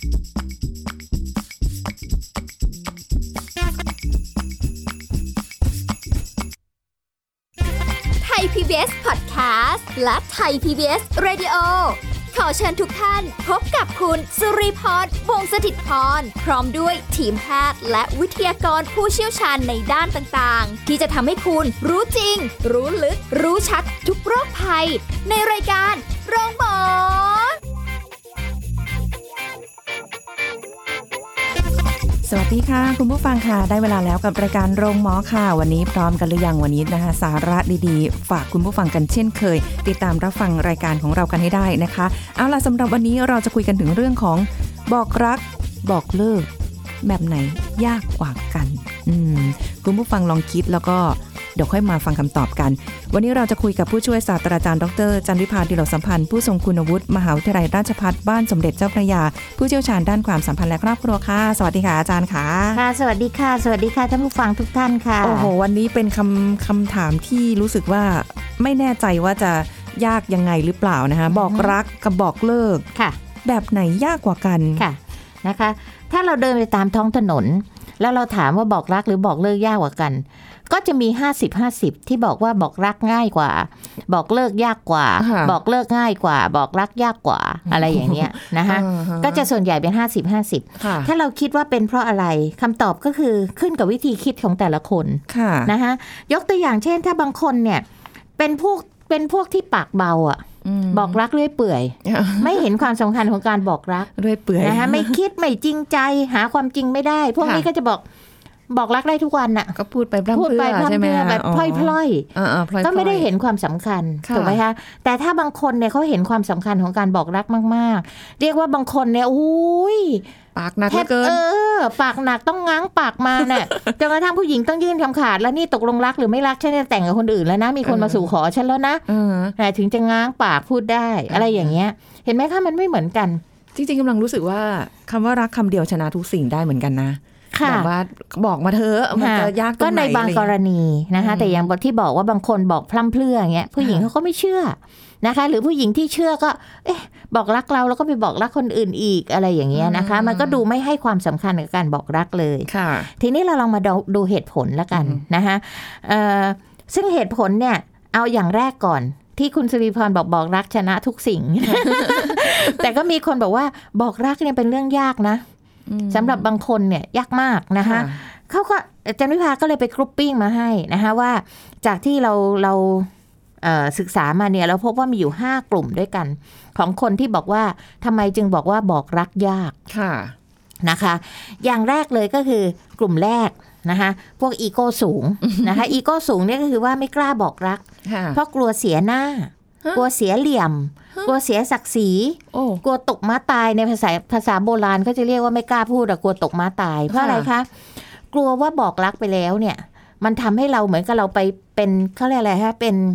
ไทย PBS Podcast และไทย PBS Radio ขอเชิญทุกท่านพบกับคุณสุริพร วงศ์สถิตพรพร้อมด้วยทีมแพทย์และวิทยากรผู้เชี่ยวชาญในด้านต่างๆที่จะทำให้คุณรู้จริงรู้ลึกรู้ชัดทุกโรคภัยในรายการโรงหมอสวัสดีค่ะคุณผู้ฟังค่ะได้เวลาแล้วกับรายการโรงหมอค่ะวันนี้พร้อมกันหรือยังวันนี้นะคะสาระดีๆฝากคุณผู้ฟังกันเช่นเคยติดตามรับฟังรายการของเรากันให้ได้นะคะเอาล่ะสำหรับวันนี้เราจะคุยกันถึงเรื่องของบอกรักบอกเลิกแบบไหนยากกว่ากันคุณผู้ฟังลองคิดแล้วก็เดี๋ยวค่อยมาฟังคำตอบกันวันนี้เราจะคุยกับผู้ช่วยศาสตราจารย์ดร.จันวิภาดิโลสัมพันธ์ผู้ทรงคุณวุฒิมหาวิทยาลัยราชภัฏบ้านสมเด็จเจ้าพระยาผู้เชี่ยวชาญด้านความสัมพันธ์และครอบครัวค่ะสวัสดีค่ะอาจารย์ค่ะค่ะสวัสดีค่ะสวัสดีค่ะท่านผู้ฟังทุกท่านค่ะโอ้โหวันนี้เป็นคำถามที่รู้สึกว่าไม่แน่ใจว่าจะยากยังไงหรือเปล่านะคะบอกรักกับบอกเลิกค่ะแบบไหนยากกว่ากันค่ะนะคะถ้าเราเดินไปตามท้องถนนแล้วเราถามว่าบอกรักหรือบอกเลิกยากกว่ากันก็จะมี50-50ที่บอกว่าบอกรักง่ายกว่าบอกเลิกยากกว่าบอกเลิกง่ายกว่าบอกรักยากกว่าอะไรอย่างเงี้ยนะคะก็จะส่วนใหญ่เป็น50-50ถ้าเราคิดว่าเป็นเพราะอะไรคำตอบก็คือขึ้นกับวิธีคิดของแต่ละคนนะคะยกตัวอย่างเช่นถ้าบางคนเนี่ยเป็นพวกที่ปากเบาอ่ะบอกรักเรื่อยเปื่อยไม่เห็นความสำคัญของการบอกรักเรื่อยเปื่อยนะคะไม่คิดไม่จริงใจหาความจริงไม่ได้พวกนี้ก็จะบอกรักได้ทุกวันน่ะก็พูดไปพร่ำเพรื่อใช่ไหมแบบพล่อยๆก็ไม่ได้เห็นความสำคัญถูกไหมคะแต่ถ้าบางคนเนี่ยเขาเห็นความสำคัญของการบอกรักมากๆเรียกว่าบางคนเนี่ยอุ้ยปากหนักเกินปากหนักต้องง้างปากมาเนี่ยจนกระทั่งผู้หญิงต้องยื่นคำขาดแล้วนี่ตกลงรักหรือไม่รักฉันจะแต่งกับคนอื่นแล้วนะมีคนมาสู่ขอฉันแล้วนะแต่ถึงจะง้างปากพูดได้อะไรอย่างเงี้ยเห็นไหมคะมันไม่เหมือนกันจริงๆกำลังรู้สึกว่าคำว่ารักคำเดียวชนะทุกสิ่งได้เหมือนกันนะแบบว่าบอกมาเถอะมันจะยากตรงไหนก็ในบางกรณีนะคะแต่อย่างที่บอกว่าบางคนบอกพร่ำเพรื่ออย่างเงี้ยผู้หญิงเขาก็ไม่เชื่อนะคะหรือผู้หญิงที่เชื่อก็บอกรักเราแล้วก็ไปบอกรักคนอื่นอีกอะไรอย่างเงี้ยนะคะมันก็ดูไม่ให้ความสำคัญกับการบอกรักเลยทีนี้เราลองมาดูเหตุผลแล้วกันนะคะซึ่งเหตุผลเนี่ยเอาอย่างแรกก่อนที่คุณสุริพรบอกรักชนะทุกสิ่ง แต่ก็มีคนบอกว่าบอกรักเนี่ยเป็นเรื่องยากนะสำหรับบางคนเนี่ยยากมากนะคะเขาก็อาจารย์วิภาก็เลยไปกรุ๊ปปิ้งมาให้นะคะว่าจากที่เราศึกษามาเนี่ยเราพบว่ามีอยู่5กลุ่มด้วยกันของคนที่บอกว่าทำไมจึงบอกว่าบอกรักยากนะคะอย่างแรกเลยก็คือกลุ่มแรกนะคะพวกอีโก้สูงนะคะอีโก้สูงเนี่ยก็คือว่าไม่กล้าบอกรักเพราะกลัวเสียหน้ากลัวเสียเหลี่ยมกลัวเสียศักดิ์ศรีกลัวตกม้าตายในภาษาโบราณก็จะเรียกว่าไม่กล้าพูดแต่กลัวตกม้าตายเพราะอะไรคะกลัวว่าบอกรักไปแล้วเนี่ยมันทำให้เราเหมือนกับเราไปเป็นเขาเรียกอะไรคะเป็น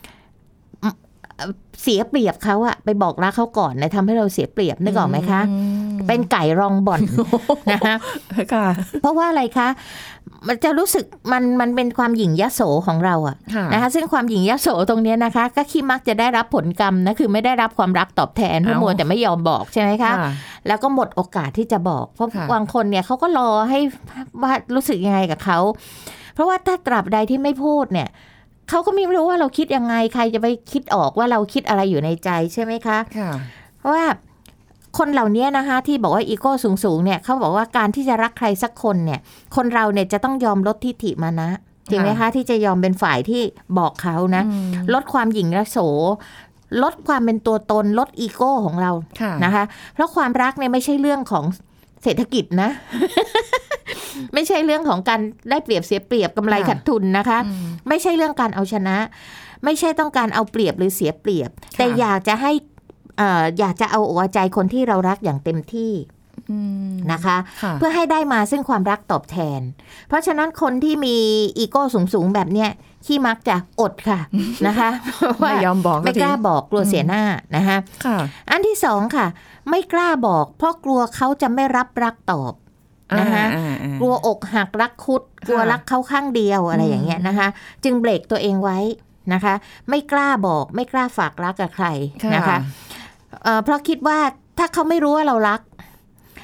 เสียเปรียบเขาอะไปบอกรักเขาก่อนนะทำให้เราเสียเปรียบนึกออกไหมคะเป็นไก่รองบ่อนนะคะเพราะว่าอะไรคะมันจะรู้สึกมันเป็นความหยิ่งยโสของเราอะนะคะซึ่งความหยิ่งยโสตรงนี้นะคะก็ขี้มักจะได้รับผลกรรมนะคือไม่ได้รับความรักตอบแทนเพราะมัวแต่ไม่ยอมบอกใช่ไหมคะแล้วก็หมดโอกาสที่จะบอกเพราะบางคนเนี่ยเขาก็รอให้ว่ารู้สึกยังไงกับเขาเพราะว่าถ้าตราบใดที่ไม่พูดเนี่ยเขาก็ไม่รู้ว่าเราคิดยังไงใครจะไปคิดออกว่าเราคิดอะไรอยู่ในใจใช่ไหมคะเพราะว่าคนเหล่านี้นะคะที่บอกว่าอีโก้สูงๆเนี่ยเขาบอกว่าการที่จะรักใครสักคนเนี่ยคนเราเนี่ยจะต้องยอมลดทิฐิมานะจริงไหมคะที่จะยอมเป็นฝ่ายที่บอกเขานะลดความหยิ่งยโสลดความเป็นตัวตนลดอีโก้ของเรานะคะเพราะความรักเนี่ยไม่ใช่เรื่องของเศรษฐกิจนะ ไม่ใช่เรื่องของการได้เปรียบเสียเปรียบกำไรขาดทุนนะคะไม่ใช่เรื่องการเอาชนะไม่ใช่ต้องการเอาเปรียบหรือเสียเปรียบแต่อยากจะให้อยากจะเอาอกเอาใจคนที่เรารักอย่างเต็มที่นะคะเพื่อให้ได้มาซึ่งความรักตอบแทนเพราะฉะนั้นคนที่มีอีโก้สูงๆแบบเนี้ยขี้มักจะอดค่ะนะคะไม่ยอมบอกไม่กล้าบอกกลัวเสียหน้านะคะอันที่สองค่ะไม่กล้าบอกเพราะกลัวเขาจะไม่รับรักตอบนะคะกลัวอกหักรักคุดกลัวรักเขาข้างเดียวอะไรอย่างเงี้ยนะคะจึงเบรกตัวเองไว้นะคะไม่กล้าบอกไม่กล้าฝากรักกับใครนะคะเพราะคิดว่าถ้าเขาไม่รู้ว่าเรารัก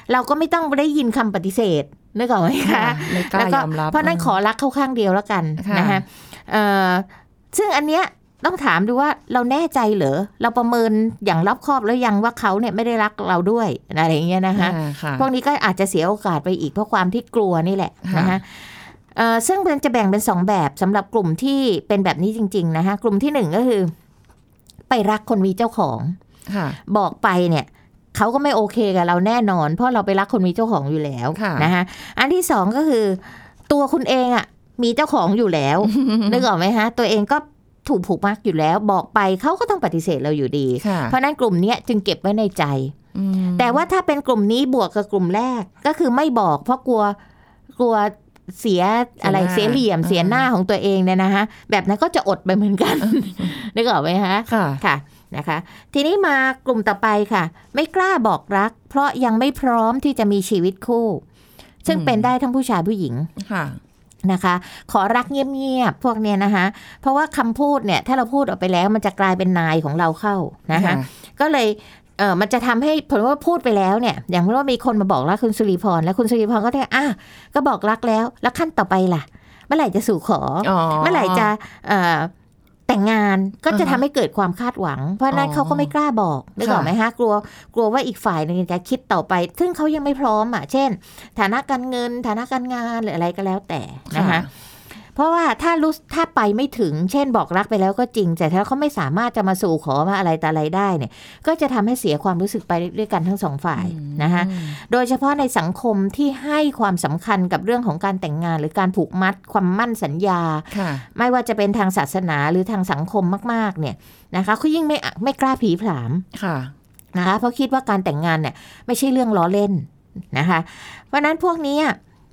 เราก็ไม่ต้องได้ยินคำปฏิเสธนึกออกไหมคะไม่กล้ายอมรับเพราะนั้นขอรักเข้าข้างเดียวแล้วกันนะคะซึ่งอันเนี้ยต้องถามดูว่าเราแน่ใจเหรอเราประเมินอย่างรอบคอบแล้วยังว่าเขาเนี่ยไม่ได้รักเราด้วยอะไรอย่างเงี้ยนะคะพวกนี้ก็อาจจะเสียโอกาสไปอีกเพราะความที่กลัวนี่แหละนะคะซึ่งมันจะแบ่งเป็น2แบบสำหรับกลุ่มที่เป็นแบบนี้จริงๆนะคะกลุ่มที่1ก็คือไปรักคนมีเจ้าของบอกไปเนี่ยเขาก็ไม่โอเคกับเราแน่นอนเพราะเราไปรักคนมีเจ้าของอยู่แล้วนะคะอันที่2ก็คือตัวคุณเองอ่ะมีเจ้าของอยู่แล้ว นึกออกไหมฮะตัวเองก็ถูกผูกมัดอยู่แล้วบอกไปเขาก็ต้องปฏิเสธเราอยู่ดีเพราะนั้นกลุ่มนี้จึงเก็บไว้ในใจแต่ว่าถ้าเป็นกลุ่มนี้บวกกับกลุ่มแรกก็คือไม่บอกเพราะกลัวเสียอะไรเสียเหลี่ยมเสียหน้าของตัวเองเนี่ยนะคะแบบนั้นก็จะอดไปเหมือนกันนึกออกไหมคะค่ะนะคะทีนี้มากลุ่มต่อไปค่ะไม่กล้าบอกรักเพราะยังไม่พร้อมที่จะมีชีวิตคู่ซึ่งเป็นได้ทั้งผู้ชายผู้หญิงนะคะขอรักเงียบๆพวกเนี้ยนะคะเพราะว่าคำพูดเนี่ยถ้าเราพูดออกไปแล้วมันจะกลายเป็นนายของเราเข้านะคะก็เลยมันจะทำให้ผลว่าพูดไปแล้วเนี่ยอย่างเมื่อว่ามีคนมาบอกรักคุณสุริพรแล้วคุณสุริพรก็ได้ก็บอกรักแล้วขั้นต่อไปล่ะเมื่อไหร่จะสู่ขอเมื่อไหร่จะแต่งงานก็จะทำให้เกิดความคาดหวังเพราะนั้นเขาก็ไม่กล้าบอกนึกออกไหมคะกลัวว่าอีกฝ่ายนึงจะคิดต่อไปซึ่งเขายังไม่พร้อมเช่นฐานะการเงินฐานะการงานหรืออะไรก็แล้วแต่นะคะเพราะว่าถ้าไปไม่ถึงเช่นบอกรักไปแล้วก็จริงแต่ถ้าเขาไม่สามารถจะมาสู่ขอมาอะไรแต่อะไรได้เนี่ยก็จะทำให้เสียความรู้สึกไปด้วยกันทั้ง2ฝ่ายนะคะโดยเฉพาะในสังคมที่ให้ความสำคัญกับเรื่องของการแต่งงานหรือการผูกมัดความมั่นสัญญาไม่ว่าจะเป็นทางศาสนาหรือทางสังคมมากๆเนี่ยนะคะเขายิ่งไม่กล้าผีผลามนะคะเพราะคิดว่าการแต่งงานเนี่ยไม่ใช่เรื่องล้อเล่นนะคะเพราะนั้นพวกนี้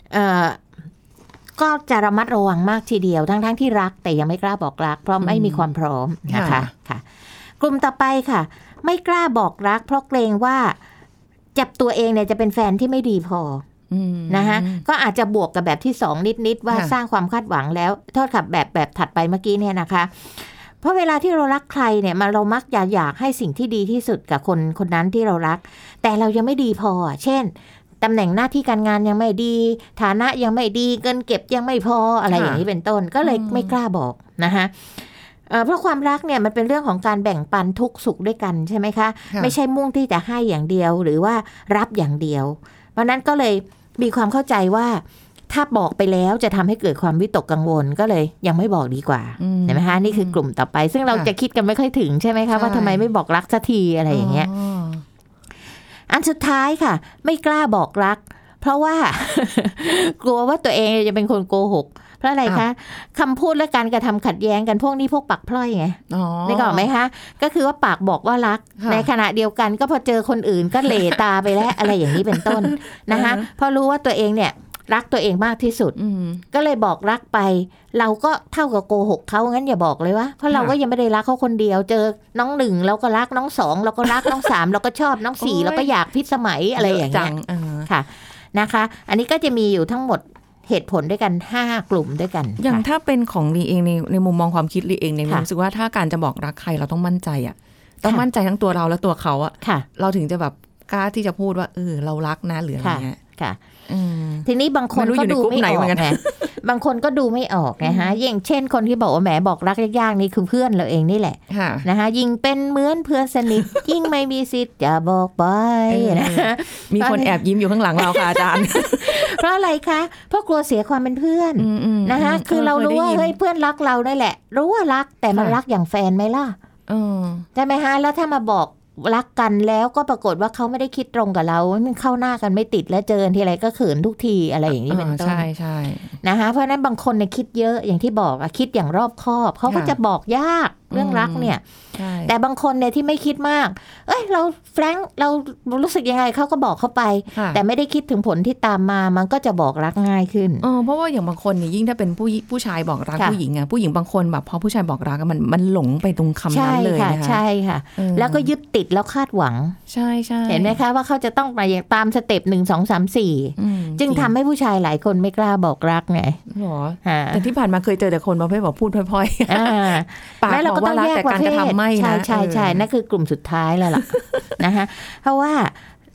ก็จะระมัดระวังมากทีเดียวทั้งที่รักแต่ยังไม่กล้าบอกรักเพราะไม่มีความพร้อมนะคะค่ะกลุ่มต่อไปค่ะไม่กล้าบอกรักเพราะเกรงว่าจับตัวเองเนี่ยจะเป็นแฟนที่ไม่ดีพอนะคะก็อาจจะบวกกับแบบที่2นิดว่าสร้างความคาดหวังแล้วโทษค่ะแบบถัดไปเมื่อกี้เนี่ยนะคะเพราะเวลาที่เรารักใครเนี่ยเรามักอยากให้สิ่งที่ดีที่สุดกับคนนั้นที่เรารักแต่เรายังไม่ดีพอเช่นตำแหน่งหน้าที่การงานยังไม่ดีฐานะยังไม่ดีเงินเก็บยังไม่พออะไรอย่างนี้เป็นต้นก็เลยไม่กล้าบอกนะคะเพราะความรักเนี่ยมันเป็นเรื่องของการแบ่งปันทุกสุขด้วยกันใช่ไหมคะไม่ใช่มุ่งที่จะให้อย่างเดียวหรือว่ารับอย่างเดียวเพราะนั้นก็เลยมีความเข้าใจว่าถ้าบอกไปแล้วจะทำให้เกิดความวิตกกังวลก็เลยยังไม่บอกดีกว่าเห็นไหมคะนี่คือกลุ่มต่อไปซึ่งเราจะคิดกันไม่ค่อยถึงใช่ไหมคะว่าทำไมไม่บอกรักสักทีอะไรอย่างเงี้ยอันสุดท้ายค่ะไม่กล้าบอกรักเพราะว่ากลัวว่าตัวเองจะเป็นคนโกหกเพราะอะไรคะคำพูดและการกระทำขัดแย้งกันพวกนี้พวกปากพล่อยไงได้ก่อนไหมคะก็คือว่าปากบอกว่ารักในขณะเดียวกันก็พอเจอคนอื่นก็เหล่ตาไปแล้วอะไรอย่างนี้เป็นต้นนะคะเพราะรู้ว่าตัวเองเนี่ยรักตัวเองมากที่สุดก็เลยบอกรักไปเราก็เท่ากับโกหกเขางั้นอย่าบอกเลยว่าเพราะเราก็ยังไม่ได้รักเขาคนเดียวเจอน้อง1เราก็รักน้อง2เราก็รักน้อง3เราก็ชอบน้อง4เราก็อยากพิสมัยอะไรอย่างเงี้ยค่ะนะคะอันนี้ก็จะมีอยู่ทั้งหมดเหตุผลด้วยกัน5กลุ่มด้วยกันอย่างถ้าเป็นของลีเองในมุมมองความคิดลีเองเนี่ยรู้สึกว่าถ้าการจะบอกรักใครเราต้องมั่นใจต้องมั่นใจทั้งตัวเราและตัวเขาเราถึงจะแบบกล้าที่จะพูดว่าเรารักนะหรืออะไรเงี้ยค่ะทีนี้บางคนก็ดูไม่ออกไงบางคนก็ดูไม่ออกไงฮะอย่างเช่นคนที่บอกว่าแหมบอกรักยากๆนี่คือเพื่อนเราเองนี่แหละนะคะยิ่งเป็นเหมือนเพื่อนสนิทยิ่งไม่มีสิทธิ์จะบอกไปนะมีคนแอบยิ้มอยู่ข้างหลังเราค่ะอาจารย์เพราะอะไรคะเพราะกลัวเสียความเป็นเพื่อนนะคะคือเรารู้ว่าเฮ้ยเพื่อนรักเราได้แหละรู้ว่ารักแต่มันรักอย่างแฟนไหมล่ะใช่ไหมฮะแล้วถ้ามาบอกรักกันแล้วก็ปรากฏว่าเขาไม่ได้คิดตรงกับเรามันเข้าหน้ากันไม่ติดแล้วเจอทีไรก็เขินทุกทีอะไรอย่างนี้เป็นต้นใช่นะคะเพราะนั้นบางคนเนี่ยคิดเยอะอย่างที่บอกคิดอย่างรอบคอบเขาก็จะบอกยากเรื่องรักเนี่ยแต่บางคนเนี่ยที่ไม่คิดมากเราแฟรงค์เรารู้สึกยังไงเขาก็บอกเข้าไปแต่ไม่ได้คิดถึงผลที่ตามมามันก็จะบอกรักง่ายขึ้นเพราะว่าอย่างบางคนเนี่ยยิ่งถ้าเป็นผู้ชายบอกรักผู้หญิงผู้หญิงบางคนแบบพอผู้ชายบอกรักมันหลงไปตรงคำนั้นเลยนะคะใช่ค่ะแล้วก็ยึดติดแล้วคาดหวังใช่เห็นไหมคะว่าเขาจะต้องมาตามสเต็ป1 2 3 4จึงทำให้ผู้ชายหลายคนไม่กล้าบอกรักไงแต่ที่ผ่านมาเคยเจอแต่คนประเภทบอกพูดพล่อยๆปากบอกว่ารักแต่การกระทำไม่นะใช่นั่นคือกลุ่มสุดท้ายแล้วล่ะนะคะเพราะว่า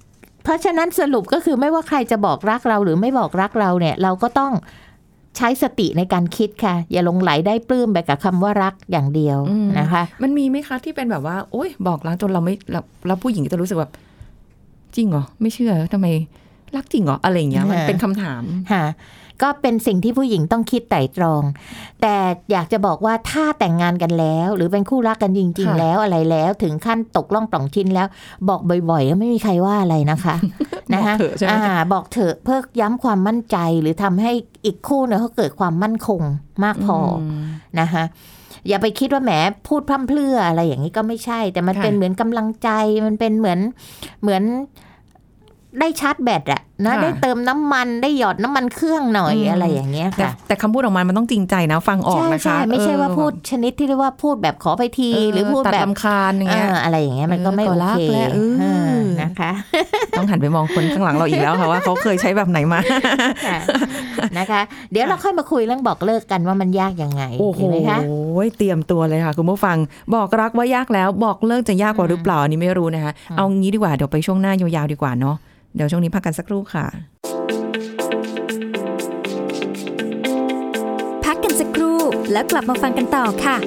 เพราะฉะนั้นสรุปก็คือไม่ว่าใครจะบอกรักเราหรือไม่บอกรักเราเนี่ยเราก็ต้องใช้สติในการคิดค่ะอย่าหลงไหลได้ปลื้มไปกับคำว่ารักอย่างเดียวนะคะมันมีไหมคะที่เป็นแบบว่าโอ๊ยบอกรักจนเราไม่แล้วผู้หญิงจะรู้สึกแบบจริงเหรอไม่เชื่อทำไมรักจริงเหรออะไรอย่างเงี้ยมันเป็นคำถามค่ะก็เป็นสิ่งที่ผู้หญิงต้องคิดไตร่ตรองแต่อยากจะบอกว่าถ้าแต่งงานกันแล้วหรือเป็นคู่รักกันจริงๆแล้วอะไรแล้วถึงขั้นตกล่องปล่องชิ้นแล้วบอกบ่อยๆก็ไม่มีใครว่าอะไรนะคะนะคะบอกเถอะเพื่อย้ำความมั่นใจหรือทำให้อีกคู่เนี่ยเขาเกิดความมั่นคงมากพอนะคะอย่าไปคิดว่าแหมพูดพร่ำเพรื่ออะไรอย่างนี้ก็ไม่ใช่แต่มันเป็นเหมือนกำลังใจมันเป็นเหมือนได้ชาร์จแบตอะนะได้เติมน้ำมันได้หยอดน้ำมันเครื่องหน่อยอะไรอย่างเงี้ยค่ะแต่คำพูดออกมามันต้องจริงใจนะฟังออกนะคะใช่ไม่ใช่ว่าพูดชนิดที่เรียกว่าพูดแบบขอไปทีหรือพูดแบบรำคาญอย่างเงี้ยอะไรอย่างเงี้ยมันก็ไม่โอเคนะคะต้องหันไปมองคนข้างหลังเราอีกแล้วค่ะว่าเขาเคยใช้แบบไหนมานะคะเดี๋ยวเราค่อยมาคุยเรื่องบอกเลิกกันว่ามันยากยังไงเห็นไหมคะโอ้ยเตรียมตัวเลยค่ะคุณผู้ฟังบอกรักว่ายากแล้วบอกเลิกจะยากกว่าหรือเปล่าอันนี้ไม่รู้นะคะเอางี้ดีกว่าเดี๋ยวไปช่วงหน้ายาวๆดีกว่าเนาะเดี๋ยวช่วงนี้พักกันสักครู่ค่ะพักกันสักครู่แล้วกลับมาฟังกันต่อค่ะ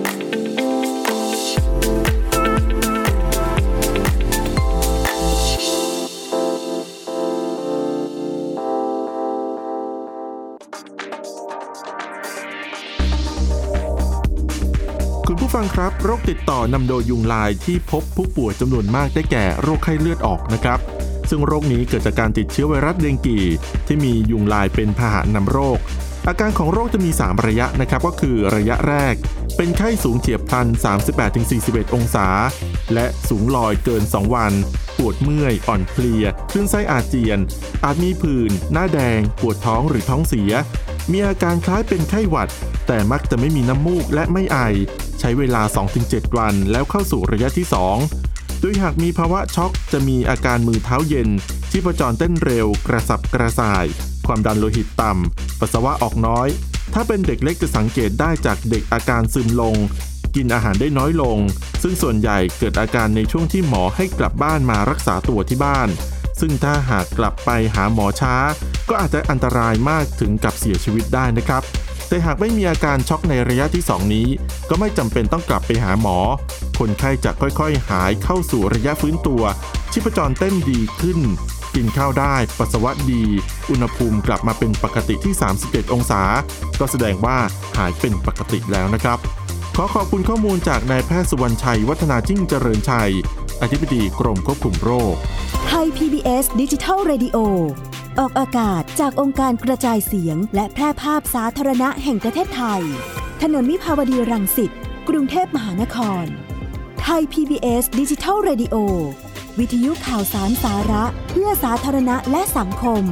คุณผู้ฟังครับโรคติดต่อนำโดยยุงลายที่พบผู้ป่วยจำนวนมากได้แก่โรคไข้เลือดออกนะครับซึ่งโรคนี้เกิดจากการติดเชื้อไวรัสเดงกีที่มียุงลายเป็นพาหะนำโรคอาการของโรคจะมี3ระยะนะครับก็คือระยะแรกเป็นไข้สูงเฉียบพลัน 38-41 องศาและสูงลอยเกิน2วันปวดเมื่อยอ่อนเพลียคลื่นไส้อาเจียนอาจมีผื่นหน้าแดงปวดท้องหรือท้องเสียมีอาการคล้ายเป็นไข้หวัดแต่มักจะไม่มีน้ำมูกและไม่ไอใช้เวลา 2-7 วันแล้วเข้าสู่ระยะที่2โดยหากมีภาวะช็อกจะมีอาการมือเท้าเย็นชีพจรเต้นเร็วกระสับกระส่ายความดันโลหิตต่ำปัสสาวะออกน้อยถ้าเป็นเด็กเล็กจะสังเกตได้จากเด็กอาการซึมลงกินอาหารได้น้อยลงซึ่งส่วนใหญ่เกิดอาการในช่วงที่หมอให้กลับบ้านมารักษาตัวที่บ้านซึ่งถ้าหากกลับไปหาหมอช้าก็อาจจะอันตรายมากถึงกับเสียชีวิตได้นะครับแต่หากไม่มีอาการช็อกในระยะที่2นี้ก็ไม่จำเป็นต้องกลับไปหาหมอคนไข้จะค่อยๆหายเข้าสู่ระยะฟื้นตัวชีพจรเต้นดีขึ้นกินข้าวได้ปัสสาวะดีอุณหภูมิกลับมาเป็นปกติที่37องศาก็แสดงว่าหายเป็นปกติแล้วนะครับขอขอบคุณข้อมูลจากนายแพทย์สุวรรณชัยวัฒนายิ่งเจริญชัยอธิบดีกรมควบคุมโรคไทย PBS Digital Radio ออกอากาศจากองค์การกระจายเสียงและแพร่ภาพสาธารณะแห่งประเทศไทยถนนวิภาวดีรังสิตกรุงเทพมหานครไทย PBS Digital Radio วิทยุข่าวสารสาระเพื่อสาธารณะและสังคม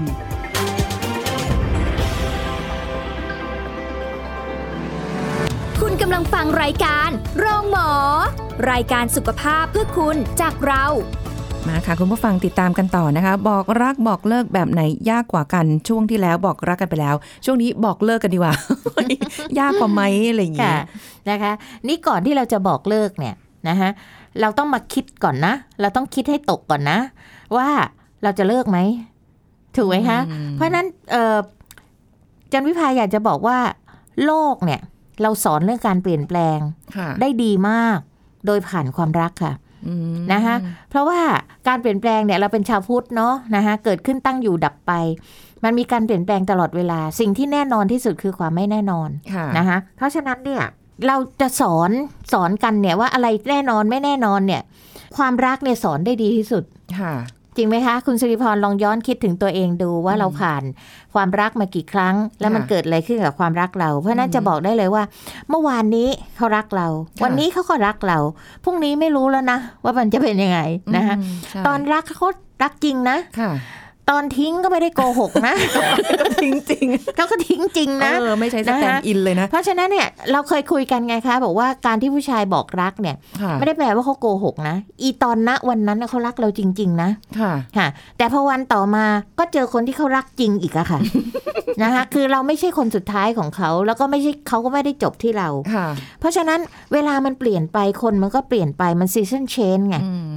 คุณกำลังฟังรายการโรงหมอรายการสุขภาพเพื่อคุณจากเรามาค่ะคุณผู้ฟังติดตามกันต่อนะคะบอกรักบอกเลิกแบบไหนยากกว่ากันช่วงที่แล้วบอกรักกันไปแล้วช่วงนี้บอกเลิกกันดีกว่า ยากกว่าไหมอะไรอย่างเงี้ยนะคะนี่ก่อนที่เราจะบอกเลิกเนี่ยนะคะเราต้องมาคิดก่อนนะเราต้องคิดให้ตกก่อนนะว่าเราจะเลิกไหมถูกไหมคะเพราะนั้นจันวิภาอยากจะบอกว่าโลกเนี่ยเราสอนเรื่องการเปลี่ยนแปลงได้ดีมากโดยผ่านความรักค่ะนะคะเพราะว่าการเปลี่ยนแปลงเนี่ยเราเป็นชาวพุทธเนาะนะคะเกิดขึ้นตั้งอยู่ดับไปมันมีการเปลี่ยนแปลงตลอดเวลาสิ่งที่แน่นอนที่สุดคือความไม่แน่นอนนะคะเพราะฉะนั้นเนี่ยเราจะสอนกันเนี่ยว่าอะไรแน่นอนไม่แน่นอนเนี่ยความรักเนี่ยสอนได้ดีที่สุดจริงไหมคะคุณสิริพรลองย้อนคิดถึงตัวเองดูว่าเราผ่านความรักมากี่ครั้งแล้วมันเกิดอะไรขึ้นกับความรักเราเพราะนั้นจะบอกได้เลยว่าเมื่อวานนี้เขารักเราวันนี้เขาก็รักเราพรุ่งนี้ไม่รู้แล้วนะว่ามันจะเป็นยังไงนะคะตอนรักเขารักจริงนะตอนทิ้งก็ไม่ได้โกหกนะก็ทิ้งจริงเขาก็ทิ้งจริงนะไม่ใช่สแตนด์อินเลยนะเพราะฉะนั้นเนี่ยเราเคยคุยกันไงคะบอกว่าการที่ผู้ชายบอกรักเนี่ยไม่ได้แปลว่าเขาโกหกนะอีตอนณวันนั้นเขารักเราจริงๆนะค่ะแต่พอวันต่อมาก็เจอคนที่เขารักจริงอีกอะค่ะนะคะคือเราไม่ใช่คนสุดท้ายของเขาแล้วก็ไม่ใช่เขาก็ไม่ได้จบที่เราเพราะฉะนั้นเวลามันเปลี่ยนไปคนมันก็เปลี่ยนไปมันซีซันเชนจ์ไง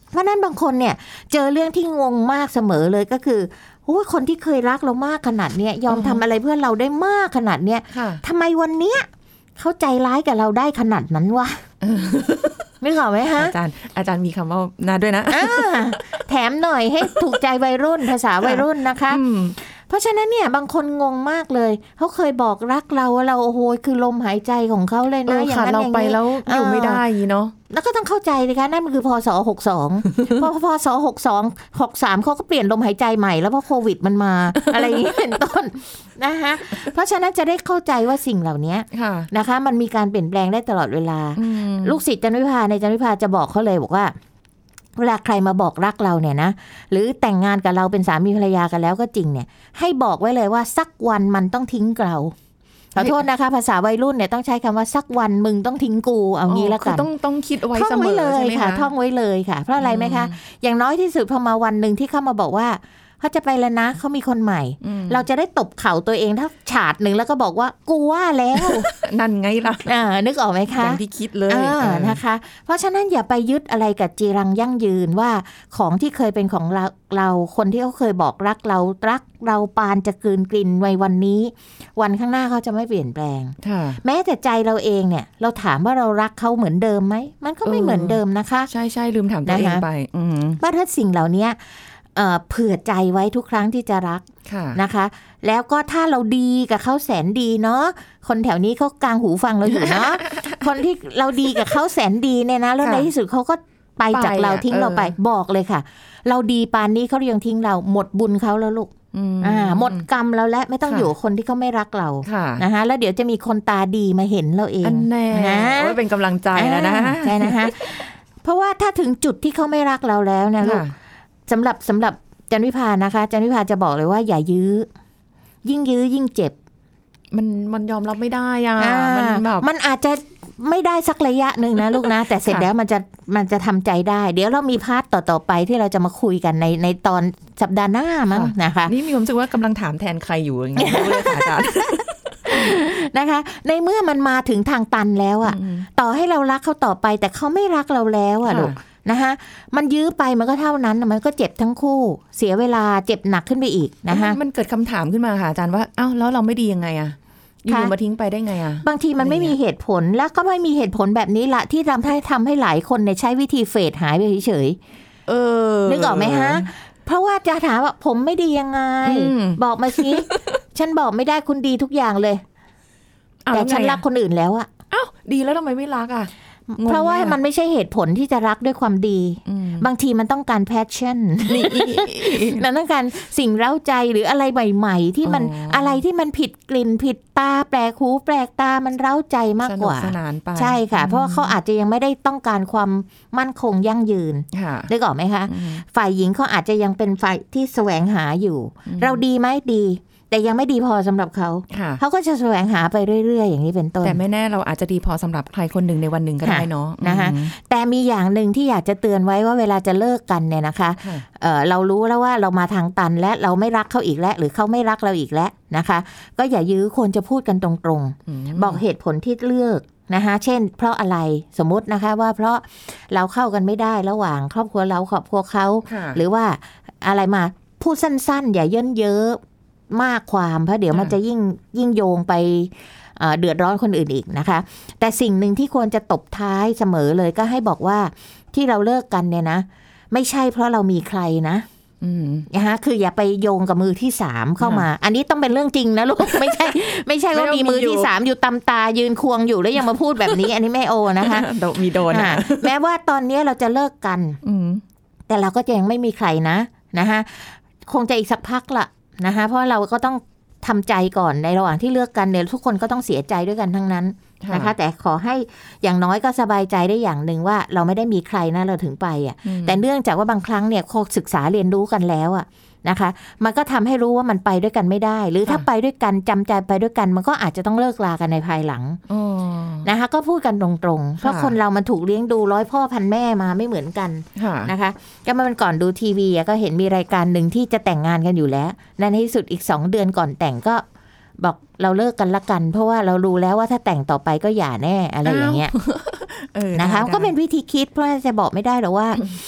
เพราะนั้นบางคนเนี่ยเจอเรื่องที่งงมากเสมอเลยก็คือโอ้ยคนที่เคยรักเรามากขนาดเนี้ยยอมทำอะไรเพื่อเราได้มากขนาดเนี้ยทำไมวันเนี้ยเขาใจร้ายกับเราได้ขนาดนั้นวะนึกออกไหมฮะอาจารย์มีคำว่าน่าด้วยนะแถมหน่อยให้ถูกใจวัยรุ่นภาษาวัยรุ่นนะคะเพราะฉะนั้นเนี่ยบางคนงงมากเลยเขาเคยบอกรักเราว่าเราโอ้โหคือลมหายใจของเขาเลยนะอย่างนั้นอย่างนี้เราไปแล้วอยู่ไม่ได้เนาะแล้วก็ต้องเข้าใจเลยค่ะนั่นมันคือพศ62พอพศ62 63เขาก็เปลี่ยนลมหายใจใหม่แล้วเพราะโควิดมันมาอะไรอย่างนี้เป็นต้นนะคะเพราะฉะนั้นจะได้เข้าใจว่าสิ่งเหล่านี้นะคะมันมีการเปลี่ยนแปลงได้ตลอดเวลาลูกศิษย์จันวิภาในจันวิภาจะบอกเขาเลยบอกว่าเวลาใครมาบอกรักเราเนี่ยนะหรือแต่งงานกับเราเป็นสามีภรรยากันแล้วก็จริงเนี่ยให้บอกไว้เลยว่าสักวันมันต้องทิ้งเราขอโทษนะคะภาษาวัยรุ่นเนี่ยต้องใช้คำว่าสักวันมึงต้องทิ้งกูเอางี้แล้วกันต้องคิดไว้เสมอใช่ไหมคะท่องไว้เลยค่ะเพราะอะไรไหมคะอย่างน้อยที่สุดพอมาวันหนึ่งที่เข้ามาบอกว่าเขาจะไปแล้วนะเขามีคนใหม่เราจะได้ตบเข่าตัวเองถ้าฉาดหนึ่งแล้วก็บอกว่ากูว่าแล้วนั่นไงล่ะนึกออกไหมคะอย่างที่คิดเลยนะคะเพราะฉะนั้นอย่าไปยึดอะไรกับจีรังยั่งยืนว่าของที่เคยเป็นของเราคนที่เขาเคยบอกรักเราปานจะกลืนกลิ่นไว้วันนี้วันข้างหน้าเขาจะไม่เปลี่ยนแปลงแม้แต่ใจเราเองเนี่ยเราถามว่าเรารักเขาเหมือนเดิมไหมมันก็ไม่เหมือนเดิมนะคะใช่ลืมถามตัวเองไปว่าถ้าสิ่งเหล่านี้เผื่อใจไว้ทุกครั้งที่จะรักนะคะแล้วก็ถ้าเราดีกับเขาแสนดีเนาะคนแถวนี้เขากางหูฟังเราอยู่เนาะ คนที่เราดีกับเขาแสนดีเนี่ยนะแล้วในที่สุดเขาก็ไปจากเราทิ้งเราไปบอกเลยค่ะเราดีปานนี้เขายังทิ้งเราหมดบุญเขาแล้วลูกหมดกรรมเราแล้วไม่ต้องอยู่คนที่เขาไม่รักเรานะคะแล้วเดี๋ยวจะมีคนตาดีมาเห็นเราเองแน่เป็นกำลังใจแล้วนะใช่นะคะเพราะว่าถ้าถึงจุดที่เขาไม่รักเราแล้วเนี่ยลูกสำหรับจันวิภานะคะจันวิภาจะบอกเลยว่าอย่ายื้อยิ่งยื้อยิ่งเจ็บมันยอมรับไม่ได้มันอาจจะไม่ได้สักระยะหนึ่งนะลูกนะแต่เสร็จแล้วมันจะทำใจได้เดี๋ยวเรามีพาร์ทต่อไปที่เราจะมาคุยกันในตอนสัปดาห์หน้ามั้งนะคะนี่มีความรู้สึกว่ากำลังถามแทนใครอยู่อย่างเงี้ยเลยค่ะอาจารย์นะคะในเมื่อมันมาถึงทางตันแล้วอ่ะต่อให้เรารักเขาต่อไปแต่เขาไม่รักเราแล้วอ่ะลูกนะคะมันยื้อไปมันก็เท่านั้นมันก็เจ็บทั้งคู่เสียเวลาเจ็บหนักขึ้นไปอีกนะคะมันเกิดคำถามขึ้นมาค่ะอาจารย์ว่าอ้าวแล้วเราไม่ดียังไงอะอยู่มาทิ้งไปได้ไงอะบางทีมันไม่มีเหตุผลแล้วก็ไม่มีเหตุผลแบบนี้ละที่ทำให้หลายคนเนี่ยใช้วิธีเฟดหายไปเฉยๆนึกออกไหมฮะเพราะว่าจะถามว่าผมไม่ดียังไงบอกมาสิฉันบอกไม่ได้คุณดีทุกอย่างเลยแต่ฉันรักคนอื่นแล้วอะอ้าวดีแล้วทำไมไม่รักอะเพราะว่ามันไม่ใช่เหตุผลที่จะรักด้วยความดีบางทีมันต้องการ passion นั่นต้องการสิ่งเร้าใจหรืออะไรใหม่ๆที่มันอะไรที่มันผิดกลิ่นผิดตาแปลกหูแปลกตามันเร้าใจมากกว่าใช่ค่ะเพราะว่าเขาอาจจะยังไม่ได้ต้องการความมั่นคงยั่งยืนได้ก่อนไหมคะฝ่ายหญิงเขาอาจจะยังเป็นฝ่ายที่แสวงหาอยู่เราดีไหมดีแต่ยังไม่ดีพอสำหรับเขาเขาก็จะแสวงหาไปเรื่อยๆอย่างนี้เป็นต้นแต่ไม่แน่เราอาจจะดีพอสำหรับใครคนหนึ่งในวันหนึ่งก็ได้เนาะนะคะแต่มีอย่างหนึ่งที่อยากจะเตือนไว้ว่าเวลาจะเลิกกันเนี่ยนะคะเรารู้แล้วว่าเรามาทางตันและเราไม่รักเขาอีกแล้วหรือเขาไม่รักเราอีกแล้วนะคะก็อย่ายื้อควรจะพูดกันตรงๆบอกเหตุผลที่เลือกนะคะเช่นเพราะอะไรสมมตินะคะว่าเพราะเราเข้ากันไม่ได้ระหว่างครอบครัวเราครอบครัวเขาหรือว่าอะไรมาพูดสั้นๆอย่าเยินเยอะมากความเพราะเดี๋ยวมันจะยิ่งโยงไปเดือดร้อนคนอื่นอีกนะคะแต่สิ่งหนึ่งที่ควรจะตบท้ายเสมอเลยก็ให้บอกว่าที่เราเลิกกันเนี่ยนะไม่ใช่เพราะเรามีใครนะนะคะคืออย่าไปโยงกับมือที่3เข้ามาอันนี้ต้องเป็นเรื่องจริงนะลูกไม่ใช่ว่ามีมือที่3อยู่ตำตายืนควงอยู่แล้วยังมาพูดแบบนี้อันนี้ไม่โอนะคะมีโดนแม้ว่าตอนนี้เราจะเลิกกันแต่เราก็ยังไม่มีใครนะคะคงจะอีกสักพักละนะคะเพราะเราก็ต้องทำใจก่อนในระหว่างที่เลือกกันเนี่ยทุกคนก็ต้องเสียใจด้วยกันทั้งนั้นนะคะแต่ขอให้อย่างน้อยก็สบายใจได้อย่างหนึ่งว่าเราไม่ได้มีใครนะเราถึงไปอ่ะแต่เนื่องจากว่าบางครั้งเนี่ยศึกษาเรียนรู้กันแล้วอ่ะนะคะมันก็ทำให้รู้ว่ามันไปด้วยกันไม่ได้หรือถ้าไปด้วยกันจำใจไปด้วยกันมันก็อาจจะต้องเลิกลากันในภายหลังนะคะก็พูดกันตรงๆเพราะคนเรามันถูกเลี้ยงดูร้อยพ่อพันแม่มาไม่เหมือนกันนะคะก็เมื่อก่อนดูทีวีก็เห็นมีรายการหนึ่งที่จะแต่งงานกันอยู่แล้วในที่สุดอีก2 เดือนก่อนแต่งก็บอกเราเลิกกันละกันเพราะว่าเรารู้แล้วว่าถ้าแต่งต่อไปก็หย่าแน่อะไรอย่างเงี้ยนะคะก็เป็นวิธีคิดเพราะจะบอกไม่ได้หรอกว่า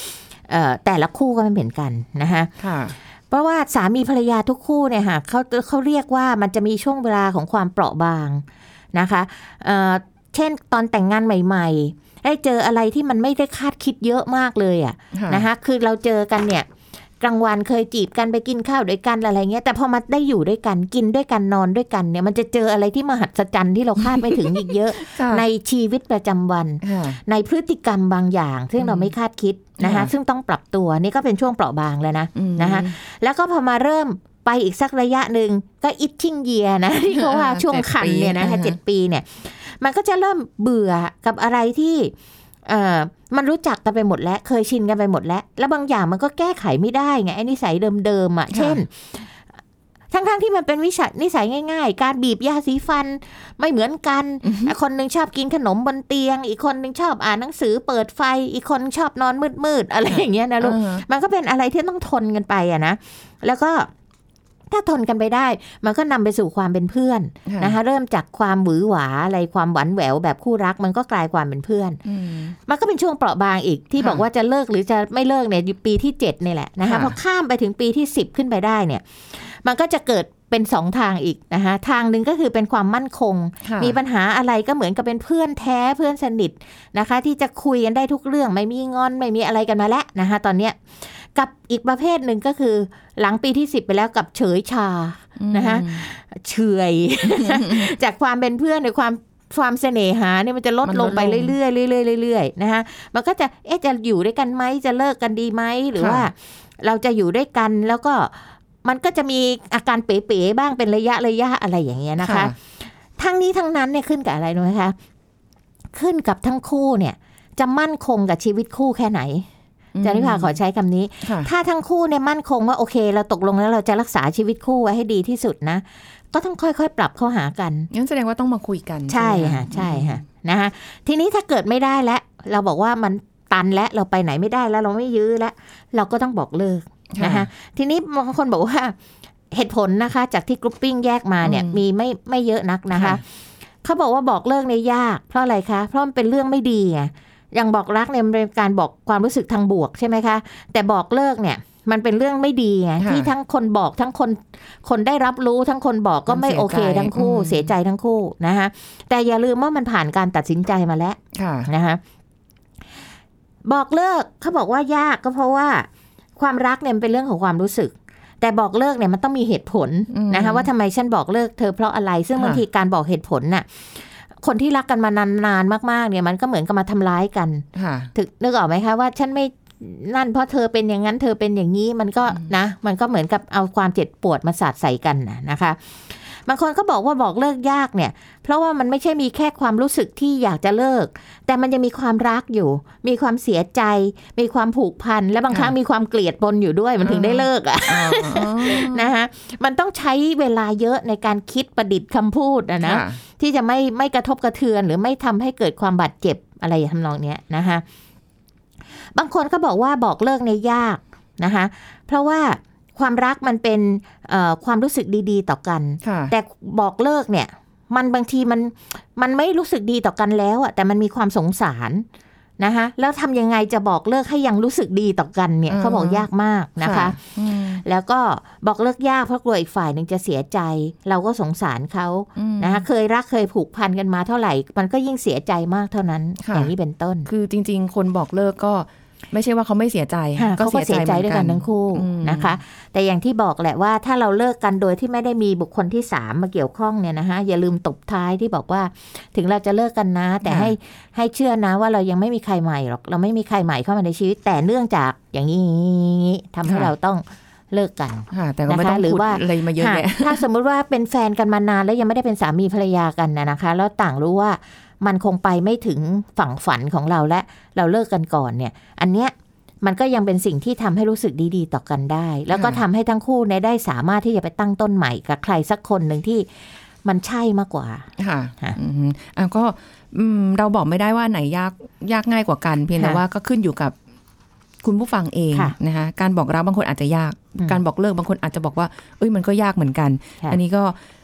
แต่ละคู่ก็ไม่เหมือนกันนะคะเพราะว่าสามีภรรยาทุกคู่เนี่ยค่ะเขาเรียกว่ามันจะมีช่วงเวลาของความเปราะบางนะคะเช่นตอนแต่งงานใหม่ๆได้เจออะไรที่มันไม่ได้คาดคิดเยอะมากเลยอ่ะนะคะคือเราเจอกันเนี่ยกลางวันเคยจีบกันไปกินข้าวด้วยกันอะไรเงี้ยแต่พอมาได้อยู่ด้วยกันกินด้วยกันนอนด้วยกันเนี่ยมันจะเจออะไรที่มหัศจรรย์ที่เราคาดไม่ถึงอีกเยอะ ในชีวิตประจำวันในพฤติกรรมบางอย่างซึ่งเราไม่คาดคิดนะคะซึ่งต้องปรับตัวนี่ก็เป็นช่วงเปราะบางแล้วนะนะคะแล้วก็พอมาเริ่มไปอีกสักระยะหนึ่งก็อิทชิ่งเยียนะที่เขาว่าช่วงคันเนี่ยนะคะ7 ปีเนี่ยมันก็จะเริ่มเบื่อกับอะไรที่มันรู้จักกันไปหมดแล้วเคยชินกันไปหมดแล้วบางอย่างมันก็แก้ไขไม่ได้ไงไอ้นิสัยเดิมๆอ่ะเช่นทั้งที่มันเป็นนิสัยง่ายๆการบีบยาสีฟันไม่เหมือนกันคนนึงชอบกินขนมบนเตียงอีกคนนึงชอบอ่านหนังสือเปิดไฟอีกคนชอบนอนมืดๆอะไรอย่างเงี้ยนะลูกมันก็เป็นอะไรที่ต้องทนกันไปอ่ะนะแล้วก็ถ้าทนกันไปได้มันก็นำไปสู่ความเป็นเพื่อนนะคะเริ่มจากความหวือหวาอะไรความหวานแหววแบบคู่รักมันก็กลายความเป็นเพื่อนมันก็เป็นช่วงเปราะบางอีกที่บอกว่าจะเลิกหรือจะไม่เลิกเนี่ยปีที่7นี่แหละนะคะพอข้ามไปถึงปีที่10ขึ้นไปได้เนี่ยมันก็จะเกิดเป็น2 ทางอีกนะคะทางนึงก็คือเป็นความมั่นคงมีปัญหาอะไรก็เหมือนกับเป็นเพื่อนแท้เพื่อนสนิทนะคะที่จะคุยกันได้ทุกเรื่องไม่มีงอนไม่มีอะไรกันมาแล้วนะคะตอนเนี้ยกับอีกประเภทหนึ่งก็คือหลังปีที่10ไปแล้วกับเฉยชานะคะเฉย จากความเป็นเพื่อนในความเสน่หาเนี่ยมันจะลดลงไปเรื่อยๆเรื่อยๆนะคะมันก็จะจะอยู่ด้วยกันไหมจะเลิกกันดีไหมหรือว่าเราจะอยู่ด้วยกันแล้วก็มันก็จะมีอาการเป๋ๆบ้างเป็นระยะอะไรอย่างเงี้ยนะคะทั้งนี้ทั้งนั้นเนี่ยขึ้นกับอะไรรู้ไหมคะขึ้นกับทั้งคู่เนี่ยจะมั่นคงกับชีวิตคู่แค่ไหนจาริภาขอใช้คำนี้ถ้าทั้งคู่เนี่ยมั่นคงว่าโอเคเราตกลงแล้วเราจะรักษาชีวิตคู่ไว้ให้ดีที่สุดนะก็ต้องค่อยๆปรับเข้าหากันงั้นแสดงว่าต้องมาคุยกันใช่ค่ะใช่ค่ะนะคะทีนี้ถ้าเกิดไม่ได้แล้วเราบอกว่ามันตันแล้วเราไปไหนไม่ได้แล้วเราไม่ยื้อแล้วเราก็ต้องบอกเลิกนะคะทีนี้บางคนบอกว่าเหตุผลนะคะจากที่กรุ๊ปปิ้งแยกมาเนี่ยมีไม่เยอะนักนะคะเขาบอกว่าบอกเลิกเนี่ยยากเพราะอะไรคะเพราะมันเป็นเรื่องไม่ดีไงอย่างบอกรักเนี่ยมันเป็นการบอกความรู้สึกทางบวกใช่ไหมคะแต่บอกเลิกเนี่ยมันเป็นเรื่องไม่ดีไงที่ทั้งคนบอกทั้งคนได้รับรู้ทั้งคนบอกก็ไม่โอเคทั้งคู่เสียใจทั้งคู่นะคะแต่อย่าลืมว่ามันผ่านการตัดสินใจมาแล้วนะคะบอกเลิกเขาบอกว่ายากก็เพราะว่าความรักเนี่ยเป็นเรื่องของความรู้สึกแต่บอกเลิกเนี่ยมันต้องมีเหตุผลนะคะว่าทำไมฉันบอกเลิกเธอเพราะอะไรซึ่งบางทีการบอกเหตุผลน่ะคนที่รักกันมานานๆมากๆเนี่ยมันก็เหมือนกับมาทำร้ายกันถึงนึกออกไหมคะว่าฉันไม่นั่นเพราะเธอเป็นอย่างนั้นเธอเป็นอย่างนี้มันก็นะมันก็เหมือนกับเอาความเจ็บปวดมาสาดใส่กันนะคะบางคนก็บอกว่าบอกเลิกยากเนี่ยเพราะว่ามันไม่ใช่มีแค่ความรู้สึกที่อยากจะเลิกแต่มันยังมีความรักอยู่มีความเสียใจมีความผูกพันและบางครั้งมีความเกลียดปนอยู่ด้วยมันถึงได้เลิกนะคะมันต้องใช้เวลาเยอะในการคิดประดิษฐ์คำพูดนะที่จะไม่กระทบกระเทือนหรือไม่ทำให้เกิดความบาดเจ็บอะไรทำนองนี้นะคะบางคนก็บอกว่าบอกเลิกเนี่ยยากนะคะเพราะว่าความรักมันเป็นความรู้สึกดีๆต่อกันแต่บอกเลิกเนี่ยมันบางทีมันไม่รู้สึกดีต่อกันแล้วอ่ะแต่มันมีความสงสารนะคะแล้วทำยังไงจะบอกเลิกให้ยังรู้สึกดีต่อกันเนี่ยเขาบอกยากมากนะคะแล้วก็บอกเลิกยากเพราะกลัวอีกฝ่ายนึงจะเสียใจเราก็สงสารเขานะคะเคยรักเคยผูกพันกันมาเท่าไหร่มันก็ยิ่งเสียใจมากเท่านั้นอย่างนี้เป็นต้นคือจริงๆคนบอกเลิกก็ไม่ใช่ว่าเขาไม่เสียใจก็เสียใจด้วยกันทั้งคู่นะคะแต่อย่างที่บอกแหละว่าถ้าเราเลิกกันโดยที่ไม่ได้มีบุคคลที่3มาเกี่ยวข้องเนี่ยนะคะอย่าลืมตบท้ายที่บอกว่าถึงเราจะเลิกกันนะแต่ให้เชื่อนะว่าเรายังไม่มีใครใหม่หรอกเราไม่มีใครใหม่เข้ามาในชีวิตแต่เนื่องจากอย่างนี้ทำให้เราต้องเลิกกันแต่ก็ไม่ต้องพูดอะไรมาเยอะแยะถ้าสมมุติว่าเป็นแฟนกันมานานแล้วยังไม่ได้เป็นสามีภรรยากันนะคะแล้วต่างรู้ว่ามันคงไปไม่ถึงฝั่งฝันของเราและเราเลิกกันก่อนเนี่ยอันเนี้ยมันก็ยังเป็นสิ่งที่ทำให้รู้สึกดีๆต่อกันได้แล้วก็ทำให้ทั้งคู่เนี่ยได้สามารถที่จะไปตั้งต้นใหม่กับใครสักคนหนึ่งที่มันใช่มากกว่าค่ะก็เราบอกไม่ได้ว่าไหนยากง่ายกว่ากันเพียงแต่ว่าก็ขึ้นอยู่กับคุณผู้ฟังเองนะคะการบอกรักบางคนอาจจะยากการบอกเลิกบางคนอาจจะบอกว่ามันก็ยากเหมือนกันอันนี้ก็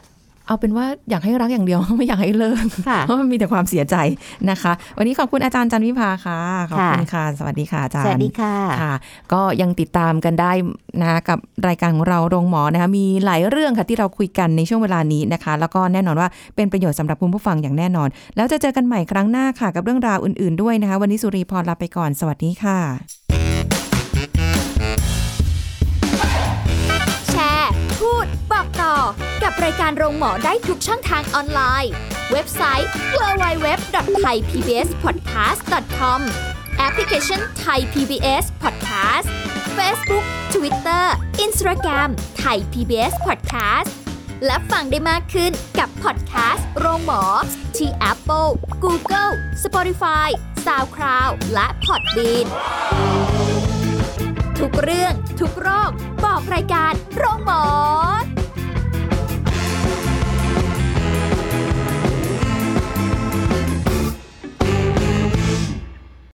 เอาเป็นว่าอยากให้รักอย่างเดียวไม่อยากให้เลิกเพราะมันมีแต่ความเสียใจนะคะวันนี้ขอบคุณอาจารย์จันวิภาค่ะขอบคุณค่ะสวัสดีค่ะอาจารย์สวัสดีค่ะก็ยังติดตามกันได้นะกับรายการของเราโรงหมอนะคะมีหลายเรื่องค่ะที่เราคุยกันในช่วงเวลานี้นะคะแล้วก็แน่นอนว่าเป็นประโยชน์สำหรับคุณผู้ฟังอย่างแน่นอนแล้วจะเจอกันใหม่ครั้งหน้าค่ะกับเรื่องราวอื่นๆด้วยนะคะวันนี้สุรีพรลาไปก่อนสวัสดีค่ะแชร์พูดบอกต่อกับรายการโรงหมอได้ทุกช่องทางออนไลน์เว็บไซต์ www.thaipbspodcast.com แอปพลิเคชัน Thai PBS Podcast Facebook Twitter Instagram Thai PBS Podcast และฟังได้มากขึ้นกับพอดแคสต์โรงหมอที่ Apple, Google, Spotify, SoundCloud และ Podbean ทุกเรื่องทุกโรคบอกรายการโรงหมอ